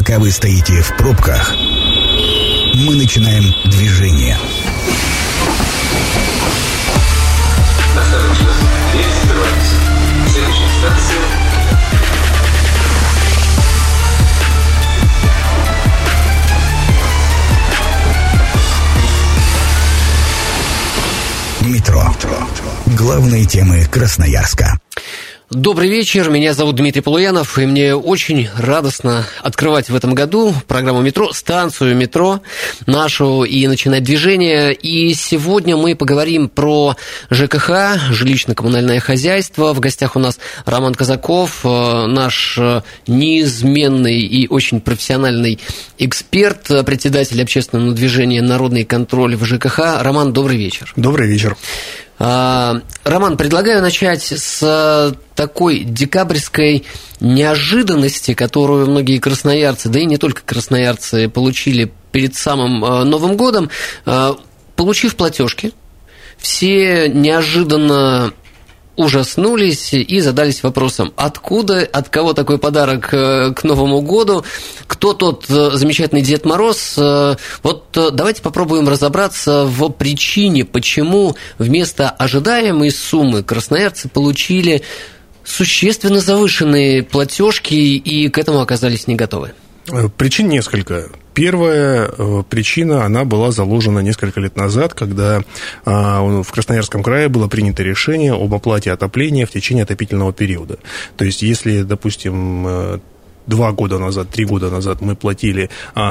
Пока вы стоите в пробках, мы начинаем движение. Осторожно, дверь закрывается. Следующая станция. Метро. Главные темы Красноярска. Добрый вечер, меня зовут Дмитрий Полуянов, и мне очень радостно открывать в этом году программу «Метро», станцию «Метро» нашу, и начинать движение. И сегодня мы поговорим про ЖКХ, жилищно-коммунальное хозяйство. В гостях у нас Роман Казаков, наш неизменный и очень профессиональный эксперт, председатель общественного движения «Народный контроль» в ЖКХ. Роман, добрый вечер. Добрый вечер. Роман, предлагаю начать с такой декабрьской неожиданности, которую многие красноярцы, да и не только красноярцы, получили перед самым Новым годом. Получив платежки, все неожиданно ужаснулись и задались вопросом, откуда, от кого такой подарок к Новому году, кто тот замечательный Дед Мороз. Вот давайте попробуем разобраться в причине, почему вместо ожидаемой суммы красноярцы получили существенно завышенные платежки и к этому оказались не готовы. Причин несколько. Первая причина, она была заложена несколько лет назад, когда в Красноярском крае было принято решение об оплате отопления в течение отопительного периода. То есть, если, допустим, 2 года назад, 3 года назад мы платили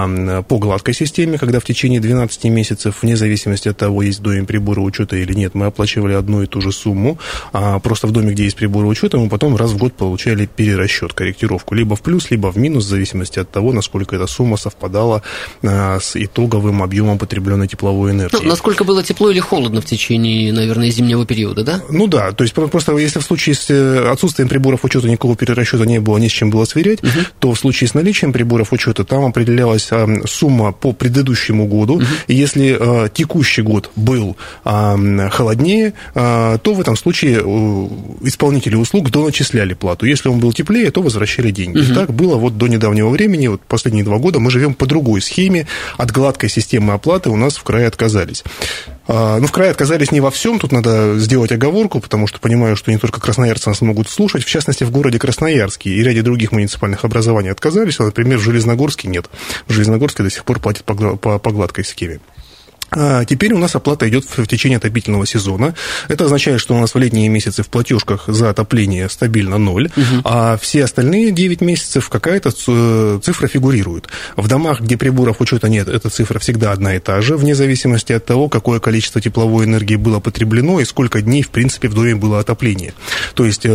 по гладкой системе, когда в течение 12 месяцев, вне зависимости от того, есть в доме приборы учета или нет, мы оплачивали одну и ту же сумму, просто в доме, где есть приборы учета, мы потом раз в год получали перерасчет, корректировку, либо в плюс, либо в минус, в зависимости от того, насколько эта сумма совпадала с итоговым объемом потребленной тепловой энергии. Ну, насколько было тепло или холодно в течение, наверное, зимнего периода, да? Ну да, то есть просто если в случае с отсутствием приборов учета никакого перерасчета не было, ни с чем было сверять, то в случае с наличием приборов учета там определялась сумма по предыдущему году, и если текущий год был холоднее, то в этом случае исполнители услуг доначисляли плату. Если он был теплее, то возвращали деньги. И так было вот до недавнего времени, вот последние 2 года мы живем по другой схеме, от гладкой системы оплаты у нас в крае отказались. Ну, в крае отказались не во всем, тут надо сделать оговорку, потому что понимаю, что не только красноярцы нас могут слушать, в частности, в городе Красноярске и ряде других муниципальных образований отказались, а, например, в Железногорске нет. В Железногорске до сих пор платят по гладкой схеме. Теперь у нас оплата идет в течение отопительного сезона. Это означает, что у нас в летние месяцы в платежках за отопление стабильно 0, а все остальные 9 месяцев какая-то цифра фигурирует. В домах, где приборов учета нет, эта цифра всегда одна и та же, вне зависимости от того, какое количество тепловой энергии было потреблено и сколько дней, в принципе, в доме было отопление. То есть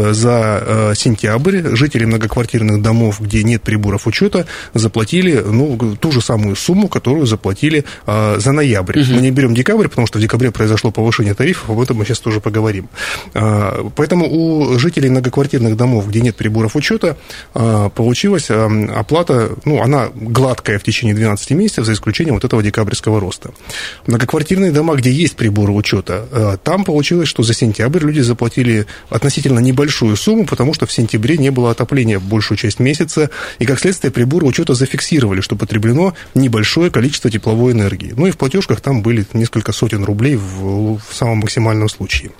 за сентябрь жители многоквартирных домов, где нет приборов учета, заплатили ту же самую сумму, которую заплатили за ноябрь. Мы не берем декабрь, потому что в декабре произошло повышение тарифов, об этом мы сейчас тоже поговорим. Поэтому у жителей многоквартирных домов, где нет приборов учета, получилась оплата, она гладкая в течение 12 месяцев, за исключением вот этого декабрьского роста. Многоквартирные дома, где есть приборы учета, там получилось, что за сентябрь люди заплатили относительно небольшую сумму, потому что в сентябре не было отопления большую часть месяца, и, как следствие, приборы учета зафиксировали, что потреблено небольшое количество тепловой энергии. Ну и в платежках там были несколько сотен рублей в самом максимальном случае.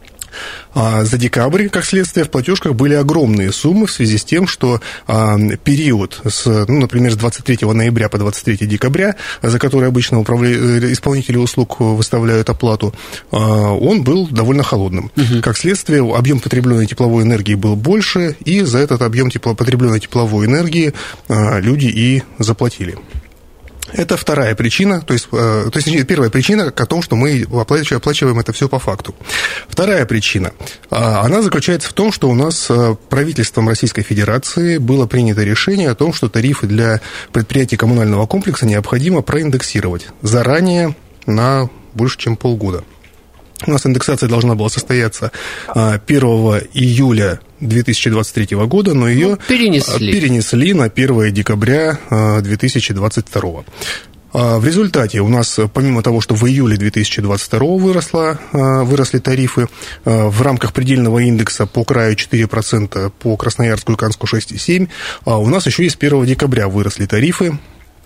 А за декабрь, как следствие, в платежках были огромные суммы в связи с тем, что период, например, с 23 ноября по 23 декабря, за который обычно исполнители услуг выставляют оплату, он был довольно холодным. Как следствие, объем потребленной тепловой энергии был больше, и за этот объем потребленной тепловой энергии люди и заплатили. Это вторая причина, то есть первая причина о том, что мы оплачиваем это все по факту. Вторая причина, она заключается в том, что у нас правительством Российской Федерации было принято решение о том, что тарифы для предприятий коммунального комплекса необходимо проиндексировать заранее на больше, чем полгода. У нас индексация должна была состояться 1 июля 2023 года, но ее перенесли на 1 декабря 2022. В результате у нас, помимо того, что в июле 2022 выросли тарифы, в рамках предельного индекса по краю 4%, по Красноярску и Канску 6,7%, у нас еще и с 1 декабря выросли тарифы.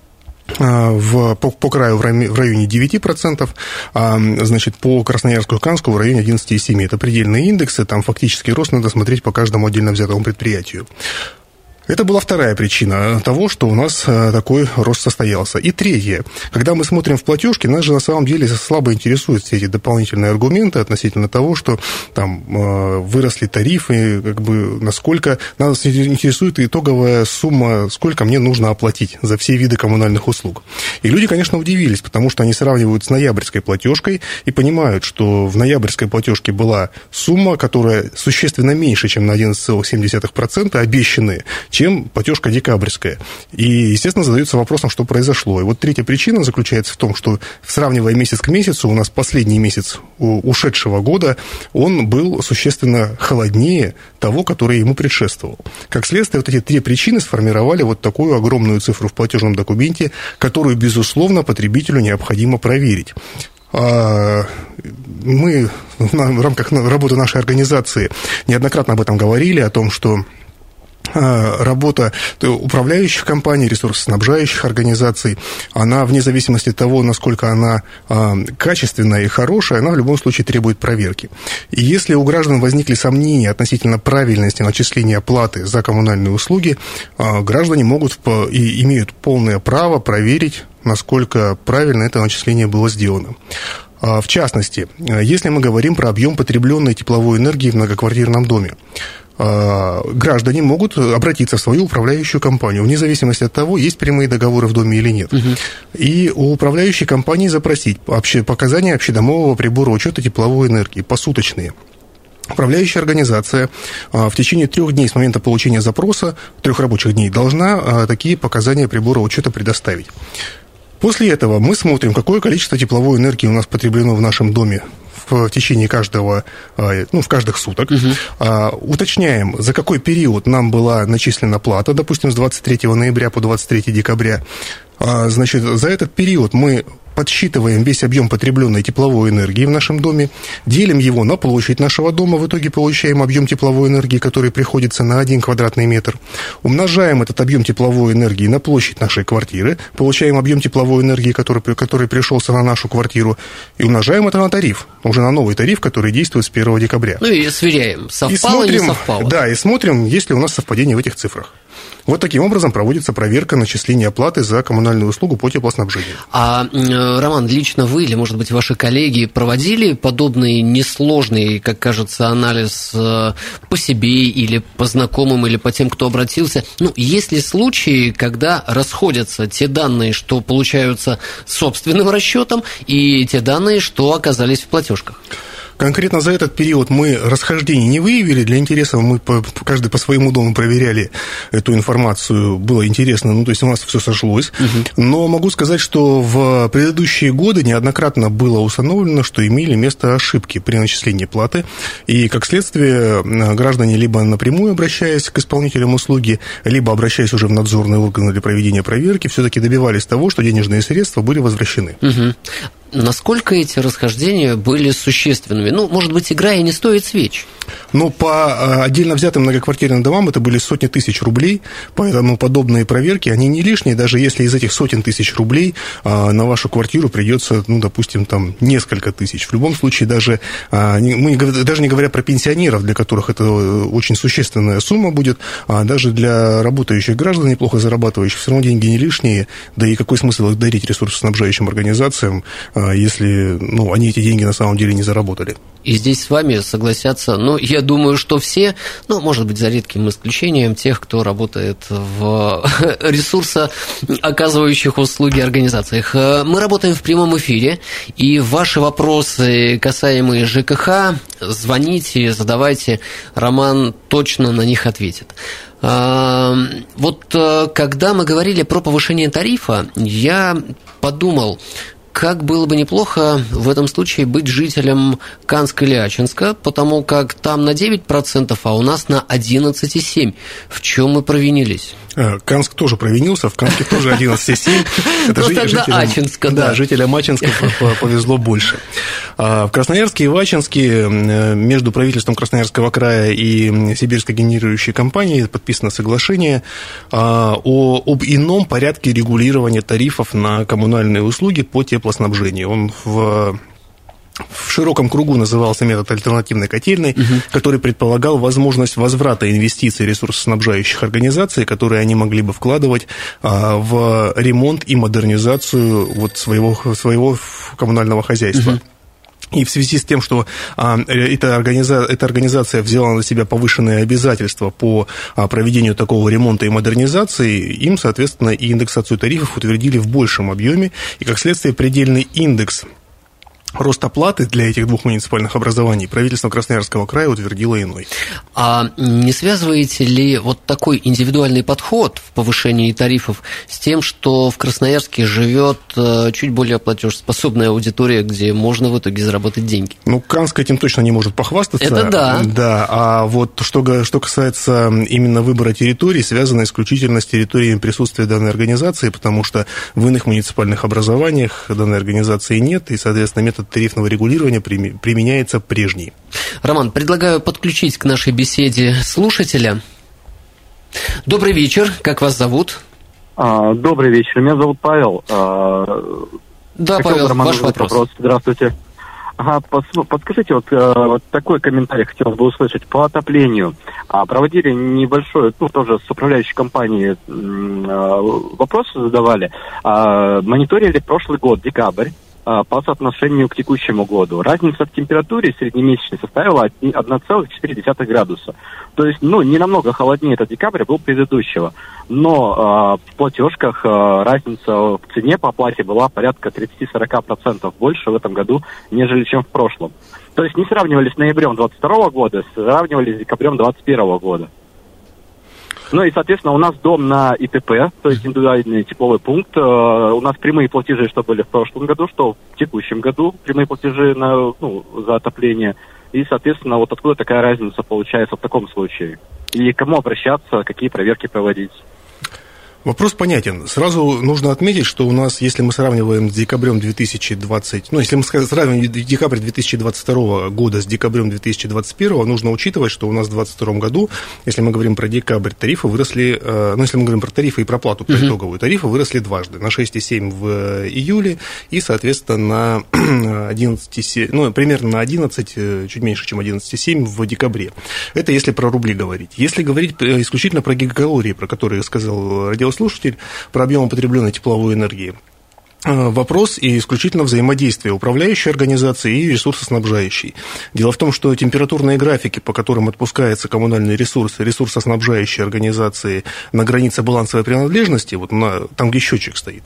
По краю в районе 9%, значит, по Красноярску и Канску в районе 11,7%. Это предельные индексы, там фактически рост надо смотреть по каждому отдельно взятому предприятию. Это была вторая причина того, что у нас такой рост состоялся. И третье. Когда мы смотрим в платежки, нас же на самом деле слабо интересуют все эти дополнительные аргументы относительно того, что там выросли тарифы, как бы насколько... Нас интересует итоговая сумма, сколько мне нужно оплатить за все виды коммунальных услуг. И люди, конечно, удивились, потому что они сравнивают с ноябрьской платежкой и понимают, что в ноябрьской платежке была сумма, которая существенно меньше, чем на 11,7% обещанные, чем платежка декабрьская. И, естественно, задаются вопросом, что произошло. И вот третья причина заключается в том, что, сравнивая месяц к месяцу, у нас последний месяц ушедшего года, он был существенно холоднее того, который ему предшествовал. Как следствие, вот эти три причины сформировали вот такую огромную цифру в платежном документе, которую, безусловно, потребителю необходимо проверить. Мы в рамках работы нашей организации неоднократно об этом говорили, о том, что работа управляющих компаний, ресурсоснабжающих организаций, она, вне зависимости от того, насколько она качественная и хорошая, она в любом случае требует проверки. И если у граждан возникли сомнения относительно правильности начисления платы за коммунальные услуги, граждане могут и имеют полное право проверить, насколько правильно это начисление было сделано. В частности, если мы говорим про объем потребленной тепловой энергии в многоквартирном доме, граждане могут обратиться в свою управляющую компанию, вне зависимости от того, есть прямые договоры в доме или нет. И у управляющей компании запросить показания общедомового прибора учета тепловой энергии, посуточные. Управляющая организация в течение 3 дней с момента получения запроса, 3 рабочих дней, должна такие показания прибора учета предоставить. После этого мы смотрим, какое количество тепловой энергии у нас потреблено в нашем доме в течение каждых суток. Уточняем, за какой период нам была начислена плата, допустим, с 23 ноября по 23 декабря. Значит, за этот период мы подсчитываем весь объем потребленной тепловой энергии в нашем доме, делим его на площадь нашего дома, в итоге получаем объем тепловой энергии, который приходится на 1 квадратный метр, умножаем этот объем тепловой энергии на площадь нашей квартиры, получаем объем тепловой энергии, который пришелся на нашу квартиру, и умножаем это на тариф, уже на новый тариф, который действует с 1 декабря. Ну и сверяем, совпало или не совпало. Да, и смотрим, есть ли у нас совпадение в этих цифрах. Вот таким образом проводится проверка начисления оплаты за коммунальную услугу по теплоснабжению. Роман, лично вы или, может быть, ваши коллеги проводили подобный несложный, как кажется, анализ по себе или по знакомым, или по тем, кто обратился? Есть ли случаи, когда расходятся те данные, что получаются собственным расчетом, и те данные, что оказались в платежках? Конкретно за этот период мы расхождений не выявили. Для интереса мы каждый по своему дому проверяли эту информацию. Было интересно, то есть у нас все сошлось. Но могу сказать, что в предыдущие годы неоднократно было установлено, что имели место ошибки при начислении платы. И, как следствие, граждане либо напрямую обращаясь к исполнителям услуги, либо обращаясь уже в надзорные органы для проведения проверки, все-таки добивались того, что денежные средства были возвращены. Насколько эти расхождения были существенными? Может быть, игра и не стоит свеч. По отдельно взятым многоквартирным домам это были сотни тысяч рублей, поэтому подобные проверки, они не лишние, даже если из этих сотен тысяч рублей на вашу квартиру придется, допустим, там несколько тысяч. В любом случае, даже не говоря про пенсионеров, для которых это очень существенная сумма будет, даже для работающих граждан, неплохо зарабатывающих, все равно деньги не лишние, да и какой смысл их дарить ресурсоснабжающим организациям, если они эти деньги на самом деле не заработали. И здесь с вами согласятся, я думаю, что все, может быть, за редким исключением тех, кто работает в ресурсооказывающих услуги организациях. Мы работаем в прямом эфире, и ваши вопросы, касаемые ЖКХ, звоните, задавайте, Роман точно на них ответит. Вот когда мы говорили про повышение тарифа, я подумал, как было бы неплохо в этом случае быть жителем Канска или Ачинска, потому как там на 9%, а у нас на 11,7%. В чем мы провинились? Канск тоже провинился, в Канске тоже 11,7. Это тогда Ачинска, да. Жителям Ачинска повезло больше. В Красноярске и в Ачинске между правительством Красноярского края и Сибирской генерирующей компанией подписано соглашение об ином порядке регулирования тарифов на коммунальные услуги по теплоснабжению. Он в широком кругу назывался метод альтернативной котельной, который предполагал возможность возврата инвестиций ресурсоснабжающих организаций, которые они могли бы вкладывать в ремонт и модернизацию вот своего коммунального хозяйства. И в связи с тем, что эта организация взяла на себя повышенные обязательства по проведению такого ремонта и модернизации, им, соответственно, и индексацию тарифов утвердили в большем объеме, и, как следствие, предельный индекс рост оплаты для этих двух муниципальных образований правительство Красноярского края утвердило иной. А не связываете ли вот такой индивидуальный подход в повышении тарифов с тем, что в Красноярске живет чуть более платежеспособная аудитория, где можно в итоге заработать деньги? Ну, Канск этим точно не может похвастаться. Это да. Да, а вот что касается именно выбора территорий, связано исключительно с территориями присутствия данной организации, потому что в иных муниципальных образованиях данной организации нет, и, соответственно, метод тарифного регулирования применяется прежний. Роман, предлагаю подключить к нашей беседе слушателя. Добрый вечер, как вас зовут? Добрый вечер, меня зовут Павел. Да, Павел, ваш вопрос. Здравствуйте. Подскажите, вот такой комментарий хотелось бы услышать по отоплению. Проводили небольшой, тоже с управляющей компанией вопросы задавали. Мониторили прошлый год, декабрь, по соотношению к текущему году. Разница в температуре среднемесячной составила 1,4 градуса. То есть, не намного холоднее этот декабрь был предыдущего. Но в платежках разница в цене по оплате была порядка 30-40% больше в этом году, нежели чем в прошлом. То есть не сравнивали с ноябрем 2022 года, сравнивали с декабрем 2021 года. Ну и, соответственно, у нас дом на ИТП, то есть индивидуальный тепловой пункт. У нас прямые платежи, что были в прошлом году, что в текущем году, прямые платежи за отопление. И, соответственно, вот откуда такая разница получается в таком случае? И к кому обращаться, какие проверки проводить? Вопрос понятен. Сразу нужно отметить, что у нас, если мы сравниваем с декабрем 2020, если мы сравниваем декабрь 2022 года с декабрем 2021, нужно учитывать, что у нас в 2022 году, если мы говорим про декабрь, тарифы выросли, если мы говорим про тарифы и про плату по итоговую, тарифы выросли дважды, на 6,7 в июле и, соответственно, на 11,7, примерно на 11, чуть меньше, чем 11,7 в декабре. Это если про рубли говорить. Если говорить исключительно про гигакалории, про которые сказал радиослушатель, про объем употребленной тепловой энергии. Вопрос и исключительно взаимодействие управляющей организации и ресурсоснабжающей. Дело в том, что температурные графики, по которым отпускаются коммунальные ресурсы ресурсоснабжающей организации на границе балансовой принадлежности, там, где счетчик стоит,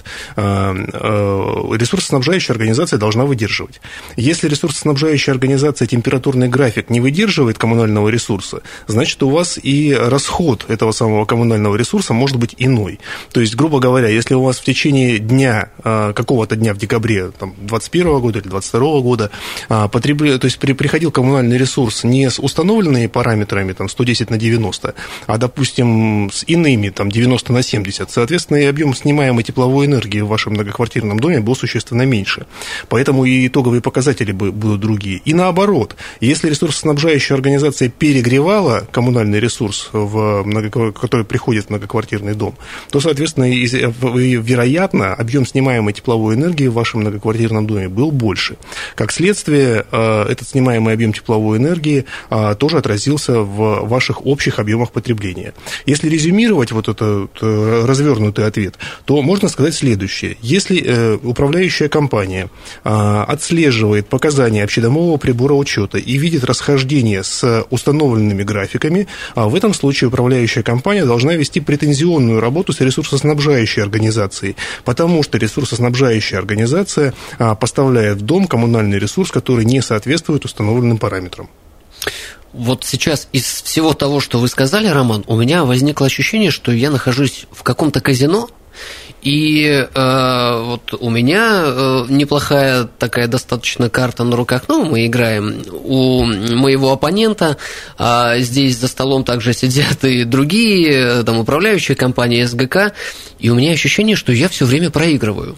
ресурсоснабжающая организация должна выдерживать. Если ресурсоснабжающая организация температурный график не выдерживает коммунального ресурса, значит, у вас и расход этого самого коммунального ресурса может быть иной. То есть, грубо говоря, если у вас в течение дня какого-то дня в декабре 2021 года или 2022 года приходил коммунальный ресурс не с установленными параметрами 110/90, а, допустим, с иными 90/70, соответственно, и объем снимаемой тепловой энергии в вашем многоквартирном доме был существенно меньше. Поэтому и итоговые показатели будут другие. И наоборот, если ресурсоснабжающая организация перегревала коммунальный ресурс, который приходит в многоквартирный дом, то, соответственно, вероятно, объем снимаемой тепловой энергии в вашем многоквартирном доме был больше. Как следствие, этот снимаемый объем тепловой энергии тоже отразился в ваших общих объемах потребления. Если резюмировать вот этот развернутый ответ, то можно сказать следующее. Если управляющая компания отслеживает показания общедомового прибора учета и видит расхождение с установленными графиками, в этом случае управляющая компания должна вести претензионную работу с ресурсоснабжающей организацией, потому что ресурсоснабжающая организация поставляет в дом коммунальный ресурс, который не соответствует установленным параметрам. Вот сейчас из всего того, что вы сказали, Роман, у меня возникло ощущение, что я нахожусь в каком-то казино, И вот у меня неплохая такая достаточно карта на руках. Ну, мы играем у моего оппонента, а здесь за столом также сидят и другие, там, управляющие компании СГК, и у меня ощущение, что я все время проигрываю.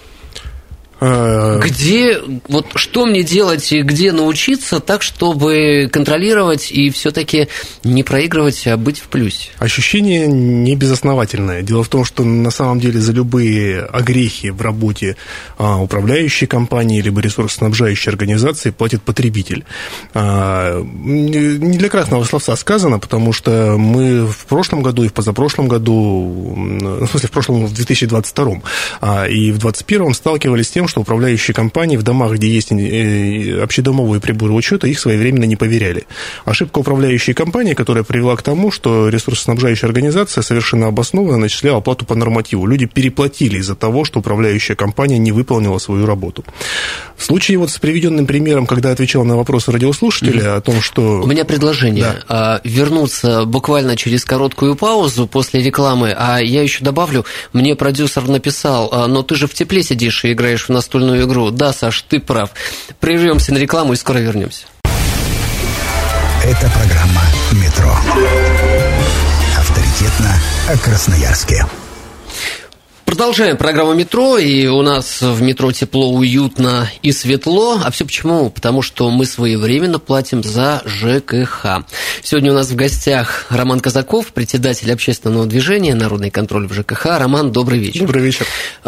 Где, вот что мне делать и где научиться так, чтобы контролировать и все-таки не проигрывать, а быть в плюсе? Ощущение не безосновательное. Дело в том, что на самом деле за любые огрехи в работе управляющей компании либо ресурсоснабжающей организации платит потребитель. Не для красного словца сказано, потому что мы в прошлом году и в позапрошлом году, в смысле в 2022 и в 2021 сталкивались с тем, что управляющие компании в домах, где есть общедомовые приборы учета, их своевременно не поверяли. Ошибка управляющей компании, которая привела к тому, что ресурсоснабжающая организация совершенно обоснованно начисляла оплату по нормативу. Люди переплатили из-за того, что управляющая компания не выполнила свою работу. В случае вот с приведенным примером, когда отвечал на вопросы радиослушателя о том, что... У меня предложение. Да. Вернуться буквально через короткую паузу после рекламы, а я еще добавлю, мне продюсер написал, но ты же в тепле сидишь и играешь в настольную игру. Да, Саш, ты прав. Прервемся на рекламу и скоро вернемся. Это программа «Метро». Авторитетно о Красноярске. Продолжаем программу «Метро», и у нас в метро тепло, уютно и светло. А все почему? Потому что мы своевременно платим за ЖКХ. Сегодня у нас в гостях Роман Казаков, председатель общественного движения «Народный контроль в ЖКХ». Роман, добрый вечер. Добрый вечер.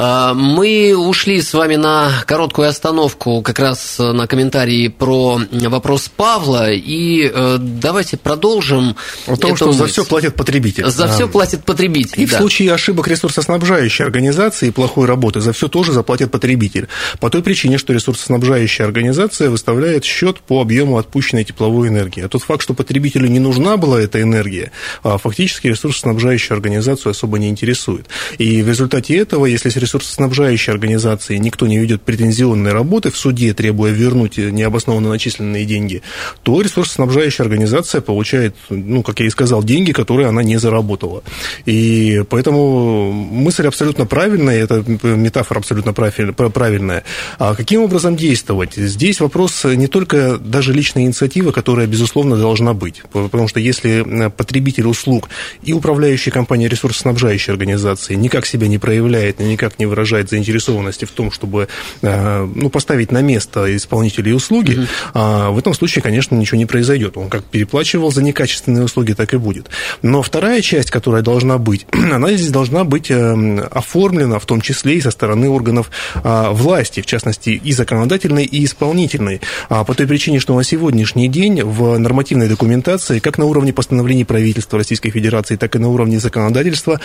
Мы ушли с вами на короткую остановку, как раз на комментарии про вопрос Павла, и давайте продолжим. О том, что за все платит потребитель. За все платит потребитель, и в случае ошибок ресурсоснабжающей организации и плохой работы за все тоже заплатит потребитель. По той причине, что ресурсоснабжающая организация выставляет счет по объему отпущенной тепловой энергии. А тот факт, что потребителю не нужна была эта энергия, фактически ресурсоснабжающую организацию особо не интересует. И в результате этого, если с ресурсоснабжающей организацией никто не ведет претензионной работы в суде, требуя вернуть необоснованно начисленные деньги, то ресурсоснабжающая организация получает, ну, как я и сказал, деньги, которые она не заработала. И поэтому мысль абсолютно правильная, эта метафора абсолютно правильная. А каким образом действовать? Здесь вопрос не только даже личной инициативы, которая, безусловно, должна быть. Потому что если потребитель услуг и управляющая компания ресурсоснабжающей организации никак себя не проявляет и никак не выражает заинтересованности в том, чтобы поставить на место исполнителей услуги, в этом случае, конечно, ничего не произойдет. Он как переплачивал за некачественные услуги, так и будет. Но вторая часть, которая должна быть, она здесь должна быть оформлена, в том числе и со стороны органов власти, в частности, и законодательной, и исполнительной. По той причине, что на сегодняшний день в нормативной документации, как на уровне постановлений правительства Российской Федерации, так и на уровне законодательства,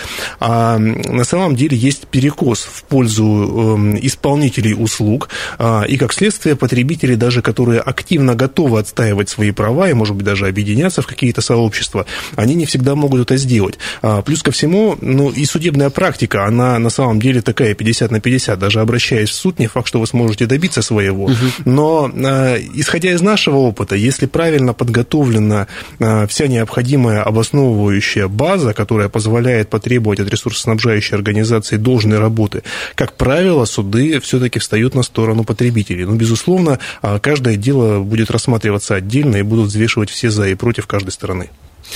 на самом деле есть перекос в пользу исполнителей услуг, и, как следствие, потребители, даже которые активно готовы отстаивать свои права и, может быть, даже объединяться в какие-то сообщества, они не всегда могут это сделать. Плюс ко всему, и судебная практика, она на самом деле такая 50 на 50, даже обращаясь в суд, не факт, что вы сможете добиться своего. Но, исходя из нашего опыта, если правильно подготовлена вся необходимая обосновывающая база, которая позволяет потребовать от ресурсоснабжающей организации должной работы, как правило, суды все-таки встают на сторону потребителей. Но, безусловно, каждое дело будет рассматриваться отдельно и будут взвешивать все за и против каждой стороны.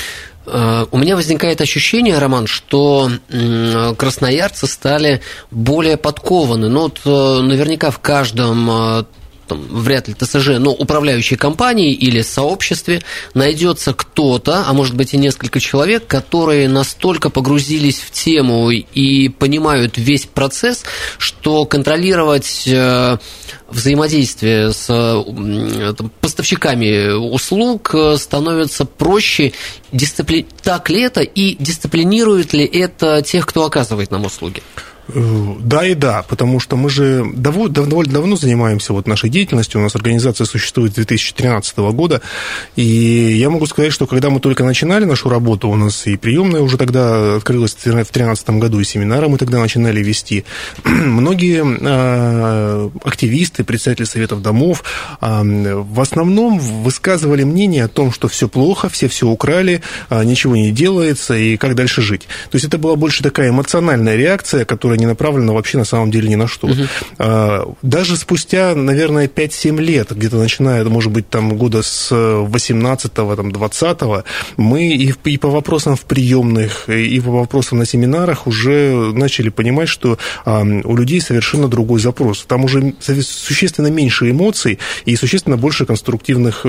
У меня возникает ощущение, Роман, что красноярцы стали более подкованы. Ну, вот наверняка в каждом, вряд ли ТСЖ, но управляющей компании или сообществе найдется кто-то, а может быть и несколько человек, которые настолько погрузились в тему и понимают весь процесс, что контролировать взаимодействие с поставщиками услуг становится проще. Так ли это и дисциплинирует ли это тех, кто оказывает нам услуги? Да и да, потому что мы же довольно давно занимаемся нашей деятельностью, у нас организация существует с 2013 года, и я могу сказать, что когда мы только начинали нашу работу, у нас и приемная уже тогда открылась в 2013 году, и семинары мы тогда начинали вести. Многие активисты, председатели советов домов в основном высказывали мнение о том, что все плохо, все украли, ничего не делается, и как дальше жить. То есть это была больше такая эмоциональная реакция, которая которая не направлена вообще на самом деле ни на что. Даже спустя, наверное, 5-7 лет, где-то начиная, может быть, там года с 18-го, там, 20-го, мы и по вопросам в приемных, и по вопросам на семинарах уже начали понимать, что у людей совершенно другой запрос. Там уже существенно меньше эмоций и существенно больше конструктивных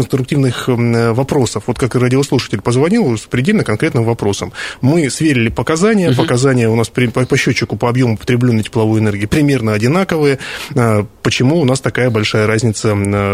вопросов. Вот как радиослушатель позвонил с предельно конкретным вопросом. Мы сверили показания. Показания у нас по счетчику по объему потребленной тепловой энергии примерно одинаковые. Почему у нас такая большая разница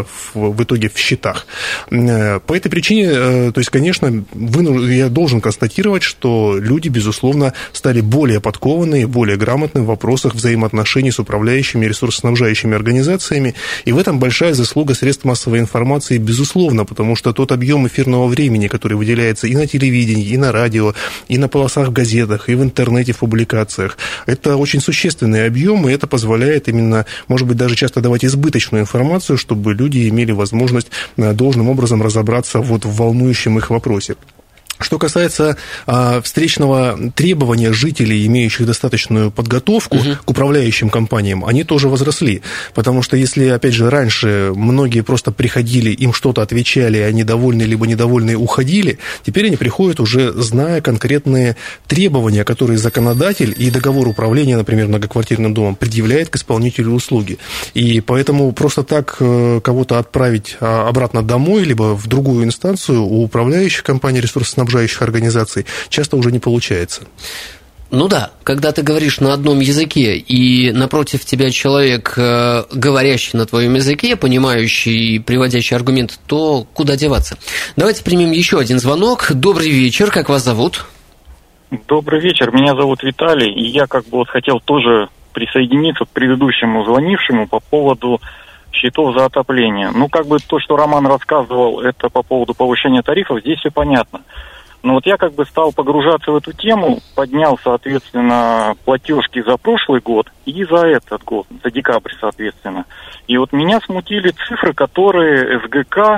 в итоге в счетах? По этой причине, то есть, конечно, я должен констатировать, что люди, безусловно, стали более подкованные, более грамотны в вопросах взаимоотношений с управляющими и ресурсоснабжающими организациями. И в этом большая заслуга средств массовой информации, безусловно, потому что тот объем эфирного времени, который выделяется и на телевидении, и на радио, и на полосах в газетах, и в интернете, в публикациях, это очень существенный объем, и это позволяет именно, может быть, даже часто давать избыточную информацию, чтобы люди имели возможность должным образом разобраться вот в волнующем их вопросе. Что касается встречного требования жителей, имеющих достаточную подготовку к управляющим компаниям, они тоже возросли. Потому что если, опять же, раньше многие просто приходили, им что-то отвечали, они довольны либо недовольны уходили, теперь они приходят уже зная конкретные требования, которые законодатель и договор управления, например, многоквартирным домом предъявляет к исполнителю услуги. И поэтому просто так кого-то отправить обратно домой, либо в другую инстанцию у управляющих компаний, ресурсоснабжающих организаций часто уже не получается. Ну да, когда ты говоришь на одном языке, и напротив тебя человек, говорящий на твоем языке, понимающий и приводящий аргументы, то куда деваться? Давайте примем еще один звонок. Добрый вечер, как вас зовут? Добрый вечер, меня зовут Виталий, и я хотел тоже присоединиться к предыдущему звонившему по поводу счетов за отопление. То, что Роман рассказывал, это по поводу повышения тарифов, здесь все понятно. Но вот я стал погружаться в эту тему, поднял, соответственно, платежки за прошлый год и за этот год, за декабрь, соответственно. И вот меня смутили цифры, которые СГК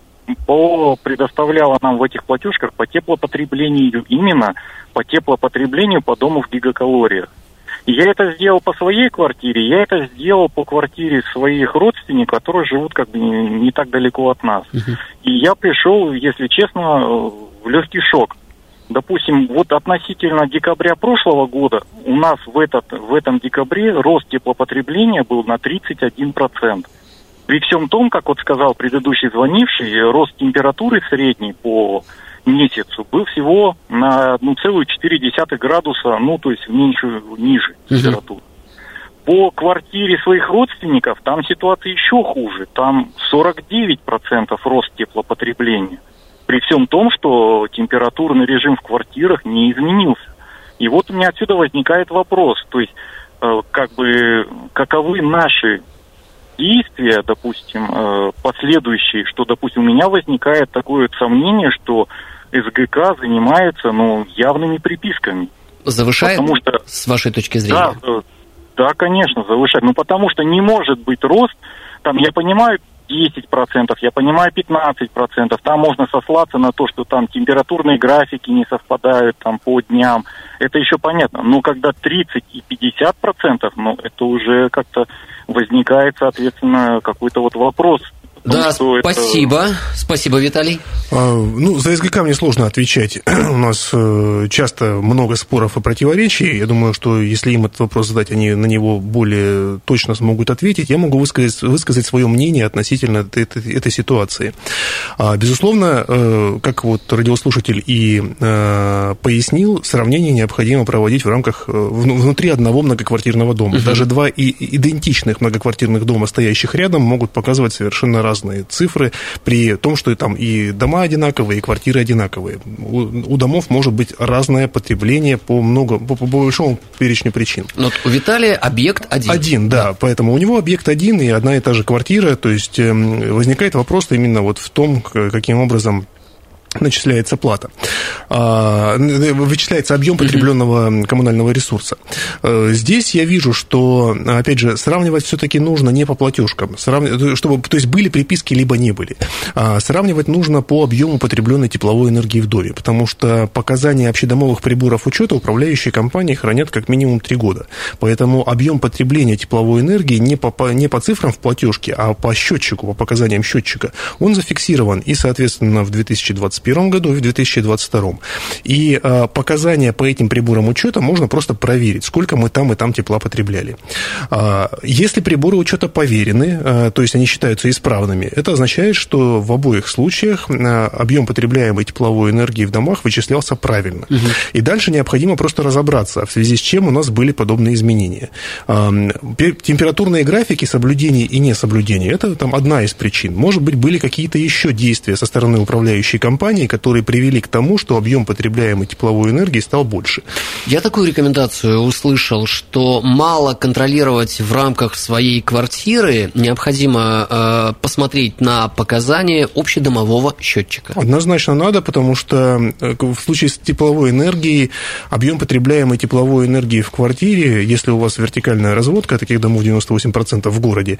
предоставляла нам в этих платежках по теплопотреблению, именно по теплопотреблению по дому в гигакалориях. И я это сделал по своей квартире, я это сделал по квартире своих родственников, которые живут не так далеко от нас. И я пришел, если честно, в легкий шок. Допустим, вот относительно декабря прошлого года у нас в этом декабре рост теплопотребления был на 31%. При всем том, как сказал предыдущий звонивший, рост температуры средней по месяцу был всего на 1,4 градуса, то есть ниже температуры. По квартире своих родственников там ситуация еще хуже. Там 49% рост теплопотребления. При всем том, что температурный режим в квартирах не изменился. И вот у меня отсюда возникает вопрос. То есть, каковы наши действия, допустим, последующие, что, допустим, у меня возникает такое сомнение, что СГК занимается, явными приписками. Завышает, с вашей точки зрения? Да, конечно, завышает. Потому что не может быть рост, я понимаю, 10%, я понимаю, 15%. Там можно сослаться на то, что там температурные графики не совпадают по дням. Это еще понятно. Но когда 30 и 50%, это уже возникает, соответственно, какой-то вопрос. Да, спасибо. Спасибо, Виталий. За СГК мне сложно отвечать. У нас часто много споров и противоречий. Я думаю, что если им этот вопрос задать, они на него более точно смогут ответить. Я могу высказать свое мнение относительно этой ситуации. Безусловно, как радиослушатель и пояснил, сравнение необходимо проводить в рамках внутри одного многоквартирного дома. Даже два идентичных многоквартирных дома, стоящих рядом, могут показывать совершенно разные цифры, при том, что там и дома одинаковые, и квартиры одинаковые. У домов может быть разное потребление по большому перечню причин. Но у Виталия объект один. Один, да. Поэтому у него объект один и одна и та же квартира. То есть возникает вопрос именно в том, каким образом начисляется плата, вычисляется объем потребленного коммунального ресурса. Здесь я вижу, что, опять же, сравнивать все-таки нужно не по платежкам, чтобы, то есть были приписки, либо не были. Сравнивать нужно по объему потребленной тепловой энергии в доме, потому что показания общедомовых приборов учета управляющие компании хранят как минимум 3 года. Поэтому объем потребления тепловой энергии не по цифрам в платежке, а по счетчику, по показаниям счетчика, он зафиксирован и, соответственно, в 2021 году и в 2022. И показания по этим приборам учета можно просто проверить, сколько мы там и там тепла потребляли. Если приборы учета поверены, то есть они считаются исправными, это означает, что в обоих случаях объем потребляемой тепловой энергии в домах вычислялся правильно. И дальше необходимо просто разобраться, в связи с чем у нас были подобные изменения. Температурные графики соблюдения и несоблюдения – это там одна из причин. Может быть, были какие-то еще действия со стороны управляющей компании, которые привели к тому, что объем потребляемой тепловой энергии стал больше. Я такую рекомендацию услышал, что мало контролировать в рамках своей квартиры, необходимо посмотреть на показания общедомового счетчика. Однозначно надо, потому что в случае с тепловой энергией, объем потребляемой тепловой энергии в квартире, если у вас вертикальная разводка, таких домов 98% в городе,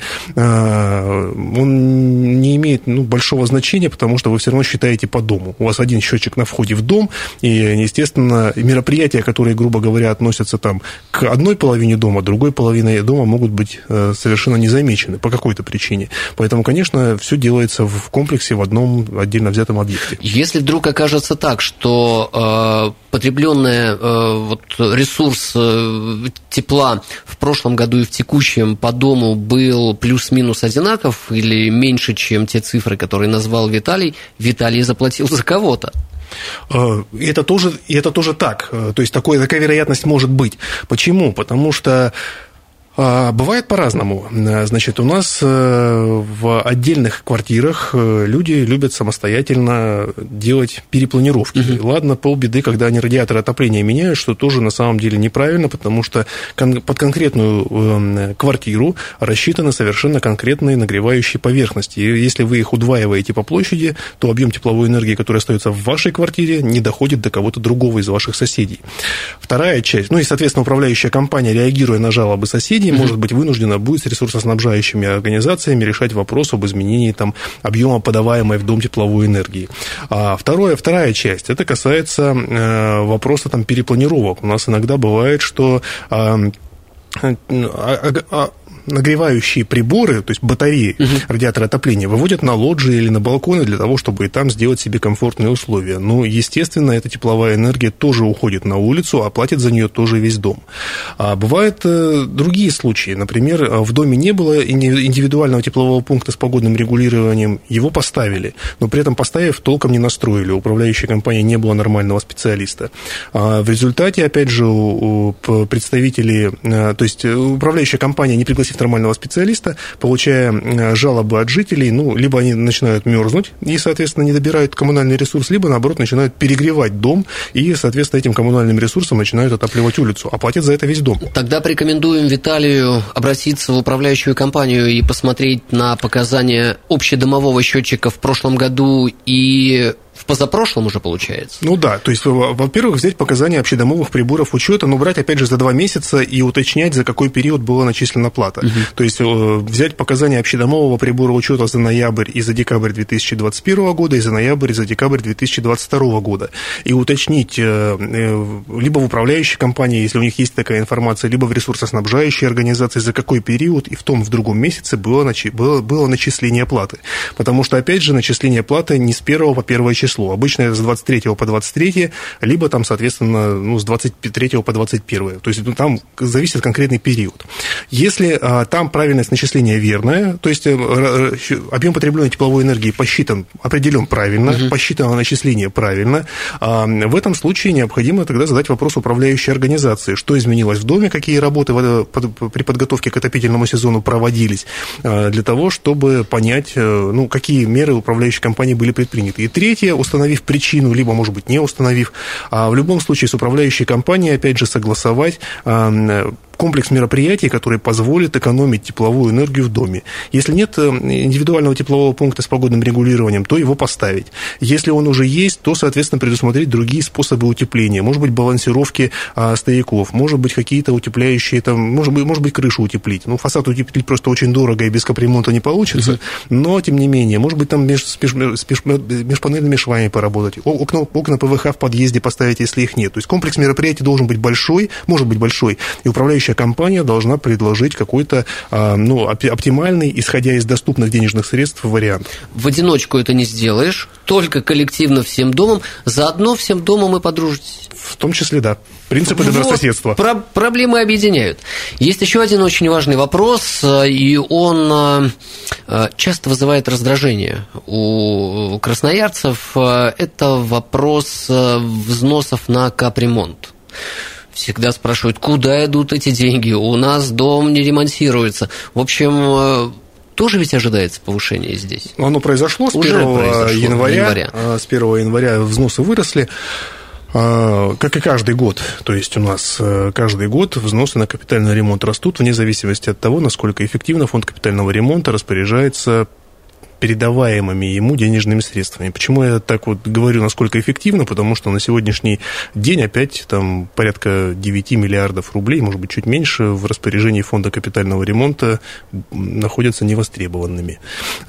он не имеет большого значения, потому что вы все равно считаете по дому. У вас один счетчик на входе в дом, и, естественно, мероприятия, которые, грубо говоря, относятся там к одной половине дома, другой половине дома могут быть совершенно незамечены по какой-то причине. Поэтому, конечно, все делается в комплексе, в одном отдельно взятом объекте. Если вдруг окажется так, что потребленный ресурс тепла в прошлом году и в текущем по дому был плюс-минус одинаков или меньше, чем те цифры, которые назвал Виталий заплатил за кого-то. Это тоже так. То есть такая вероятность может быть. Почему? Потому что бывает по-разному. Значит, у нас в отдельных квартирах люди любят самостоятельно делать перепланировки. Ладно, полбеды, когда они радиаторы отопления меняют, что тоже на самом деле неправильно, потому что под конкретную квартиру рассчитаны совершенно конкретные нагревающие поверхности. И если вы их удваиваете по площади, то объем тепловой энергии, который остается в вашей квартире, не доходит до кого-то другого из ваших соседей. Вторая часть, и, соответственно, управляющая компания, реагируя на жалобы соседей, может быть вынуждена будет с ресурсоснабжающими организациями решать вопрос об изменении объема подаваемой в дом тепловой энергии. Вторая часть, это касается вопроса перепланировок. У нас иногда бывает, что нагревающие приборы, то есть батареи, радиаторы отопления, выводят на лоджии или на балконы для того, чтобы и там сделать себе комфортные условия. Но, естественно, эта тепловая энергия тоже уходит на улицу, а платит за нее тоже весь дом. Бывают другие случаи. Например, в доме не было индивидуального теплового пункта с погодным регулированием, его поставили, но при этом поставив, толком не настроили. У управляющей компании не было нормального специалиста. В результате, опять же, у представителей, то есть управляющая компания не пригласив нормального специалиста, получая жалобы от жителей, либо они начинают мерзнуть и, соответственно, не добирают коммунальный ресурс, либо, наоборот, начинают перегревать дом и, соответственно, этим коммунальным ресурсом начинают отапливать улицу, а платят за это весь дом. Тогда порекомендуем Виталию обратиться в управляющую компанию и посмотреть на показания общедомового счетчика в прошлом году и в позапрошлом уже получается? Да, то есть, во-первых, взять показания общедомовых приборов учета, брать, опять же, за 2 месяца и уточнять, за какой период была начислена плата. То есть, взять показания общедомового прибора учета за ноябрь и за декабрь 2021 года, и за ноябрь и за декабрь 2022 года, и уточнить либо в управляющей компании, если у них есть такая информация, либо в ресурсоснабжающей организации, за какой период и в другом месяце было начисление платы. Потому что, опять же, начисление платы не с 1 по 1 число. Обычно это с 23 по 23, либо соответственно, с 23 по 21. То есть там зависит конкретный период. Если там правильность начисления верная, то есть объем потребленной тепловой энергии определен правильно, посчитано начисление правильно, в этом случае необходимо тогда задать вопрос управляющей организации, что изменилось в доме, какие работы при подготовке к отопительному сезону проводились, для того, чтобы понять, какие меры управляющей компании были предприняты. И третье, установив причину, либо, может быть, не установив, в любом случае с управляющей компанией, опять же, согласовать комплекс мероприятий, который позволит экономить тепловую энергию в доме. Если нет индивидуального теплового пункта с погодным регулированием, то его поставить. Если он уже есть, то, соответственно, предусмотреть другие способы утепления. Может быть, балансировки стояков, может быть, какие-то утепляющие, там, может быть, крышу утеплить. Ну, фасад утеплить просто очень дорого и без капремонта не получится, но, тем не менее, может быть, там с межпанельными швами поработать, окна ПВХ в подъезде поставить, если их нет. То есть комплекс мероприятий должен быть большой, может быть большой, и управляющая компания должна предложить какой-то оптимальный, исходя из доступных денежных средств, вариант. В одиночку это не сделаешь, только коллективно всем домом, заодно всем домом и подружитесь. В том числе, да. Принципы добрососедства. Проблемы объединяют. Есть еще один очень важный вопрос, и он часто вызывает раздражение у красноярцев. Это вопрос взносов на капремонт. Всегда спрашивают, куда идут эти деньги, у нас дом не ремонтируется. В общем, тоже ведь ожидается повышение здесь? Оно произошло с 1 января. С 1 января взносы выросли. Как и каждый год, то есть у нас каждый год взносы на капитальный ремонт растут вне зависимости от того, насколько эффективно фонд капитального ремонта распоряжается передаваемыми ему денежными средствами. Почему я так вот говорю, насколько эффективно? Потому что на сегодняшний день опять там порядка 9 миллиардов рублей, может быть, чуть меньше, в распоряжении фонда капитального ремонта находятся невостребованными.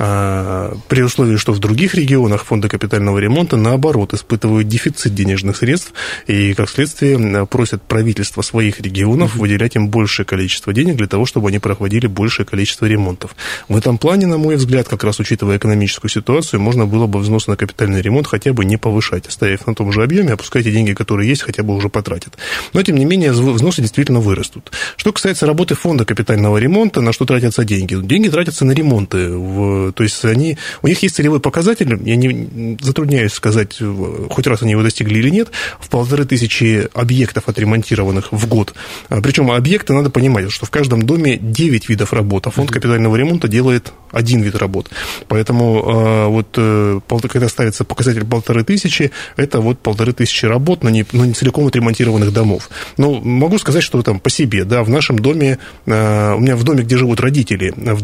При условии, что в других регионах фонда капитального ремонта, наоборот, испытывают дефицит денежных средств и, как следствие, просят правительство своих регионов выделять им большее количество денег для того, чтобы они проводили большее количество ремонтов. В этом плане, на мой взгляд, как раз учитывая экономическую ситуацию, можно было бы взносы на капитальный ремонт хотя бы не повышать, оставив на том же объеме, а пускай эти деньги, которые есть, хотя бы уже потратят. Но, тем не менее, взносы действительно вырастут. Что касается работы фонда капитального ремонта, на что тратятся деньги? Деньги тратятся на ремонты. То есть у них есть целевой показатель, я не затрудняюсь сказать, хоть раз они его достигли или нет, в 1500 объектов отремонтированных в год. Причем объекты, надо понимать, что в каждом доме 9 видов работ, а фонд капитального ремонта делает один вид работ. Поэтому когда ставится показатель 1500, это 1500 работ, но не целиком отремонтированных домов. Но могу сказать, что там по себе, да, в нашем доме, у меня в доме, где живут родители, в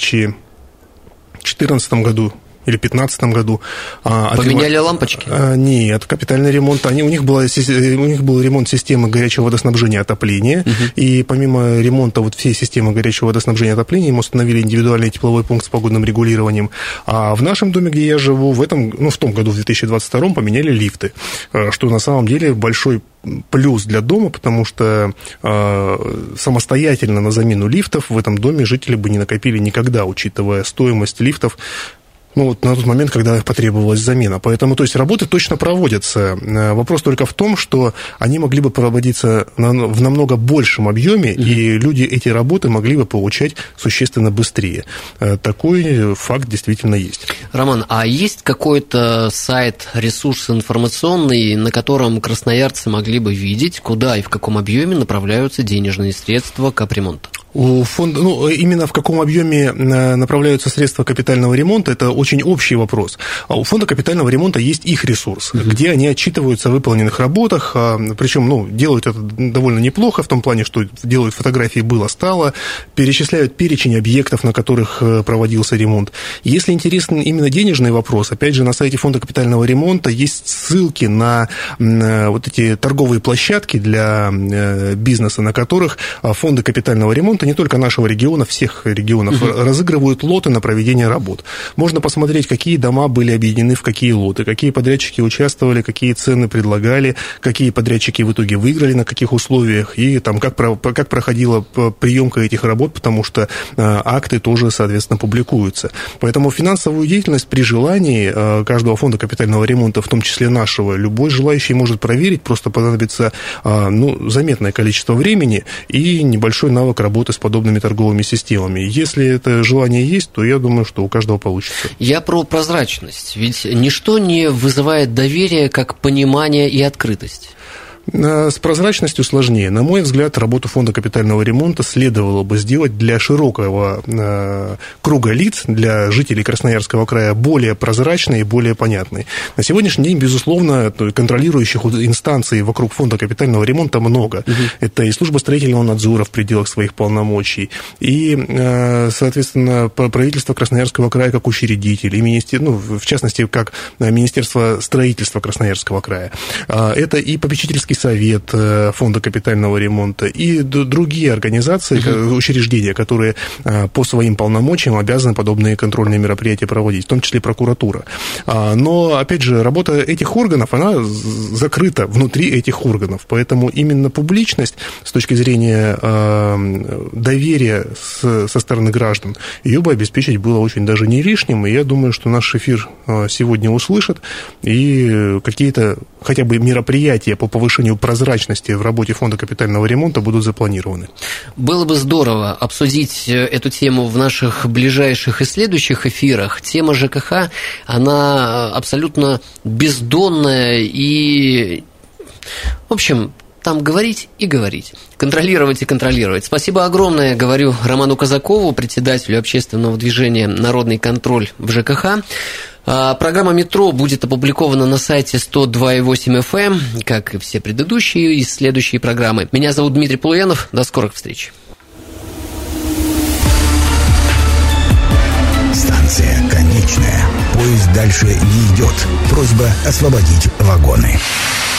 2014 году или 2015 году. Поменяли лампочки? Нет, капитальный ремонт. У них был ремонт системы горячего водоснабжения и отопления, и помимо ремонта всей системы горячего водоснабжения и отопления им установили индивидуальный тепловой пункт с погодным регулированием. А в нашем доме, где я живу, в том году, в 2022, поменяли лифты, что на самом деле большой плюс для дома, потому что самостоятельно на замену лифтов в этом доме жители бы не накопили никогда, учитывая стоимость лифтов на тот момент, когда потребовалась замена. Поэтому, то есть, работы точно проводятся. Вопрос только в том, что они могли бы проводиться в намного большем объеме, и люди эти работы могли бы получать существенно быстрее. Такой факт действительно есть. Роман, а есть какой-то сайт, ресурс информационный, на котором красноярцы могли бы видеть, куда и в каком объеме направляются денежные средства капремонта? У фонда, именно в каком объеме направляются средства капитального ремонта, это очень общий вопрос. А у фонда капитального ремонта есть их ресурс, где они отчитываются о выполненных работах, причем, делают это довольно неплохо, в том плане, что делают фотографии было-стало, перечисляют перечень объектов, на которых проводился ремонт. Если интересен именно денежный вопрос, опять же, на сайте фонда капитального ремонта есть ссылки на эти торговые площадки для бизнеса, на которых фонды капитального ремонта не только нашего региона, всех регионов, разыгрывают лоты на проведение работ. Можно посмотреть, какие дома были объединены в какие лоты, какие подрядчики участвовали, какие цены предлагали, какие подрядчики в итоге выиграли, на каких условиях, и там как проходила приемка этих работ, потому что акты тоже, соответственно, публикуются. Поэтому финансовую деятельность при желании каждого фонда капитального ремонта, в том числе нашего, любой желающий может проверить, просто понадобится заметное количество времени и небольшой навык работы с подобными торговыми системами. Если это желание есть, то я думаю, что у каждого получится. Я про прозрачность. Ведь ничто не вызывает доверия, как понимание и открытость. С прозрачностью сложнее. На мой взгляд, работу фонда капитального ремонта следовало бы сделать для широкого круга лиц, для жителей Красноярского края более прозрачной и более понятной. На сегодняшний день, безусловно, контролирующих инстанций вокруг фонда капитального ремонта много. Это и служба строительного надзора в пределах своих полномочий, и, соответственно, правительство Красноярского края как учредитель, и в частности, как Министерство строительства Красноярского края. Это и попечительский совет фонда капитального ремонта, и другие организации, учреждения, которые по своим полномочиям обязаны подобные контрольные мероприятия проводить, в том числе прокуратура. Но, опять же, работа этих органов, она закрыта внутри этих органов, поэтому именно публичность с точки зрения доверия со стороны граждан, ее бы обеспечить было очень даже не лишним, и я думаю, что наш эфир сегодня услышат, и какие-то хотя бы мероприятия по повышению прозрачности в работе фонда капитального ремонта будут запланированы. Было бы здорово обсудить эту тему в наших ближайших и следующих эфирах. Тема ЖКХ, она абсолютно бездонная и, в общем, там говорить и говорить, контролировать и контролировать. Спасибо огромное, говорю Роману Казакову, председателю общественного движения «Народный контроль» в ЖКХ. Программа «Метро» будет опубликована на сайте 102.8 FM, как и все предыдущие и следующие программы. Меня зовут Дмитрий Полуянов. До скорых встреч. Станция конечная. Поезд дальше не идет. Просьба освободить вагоны.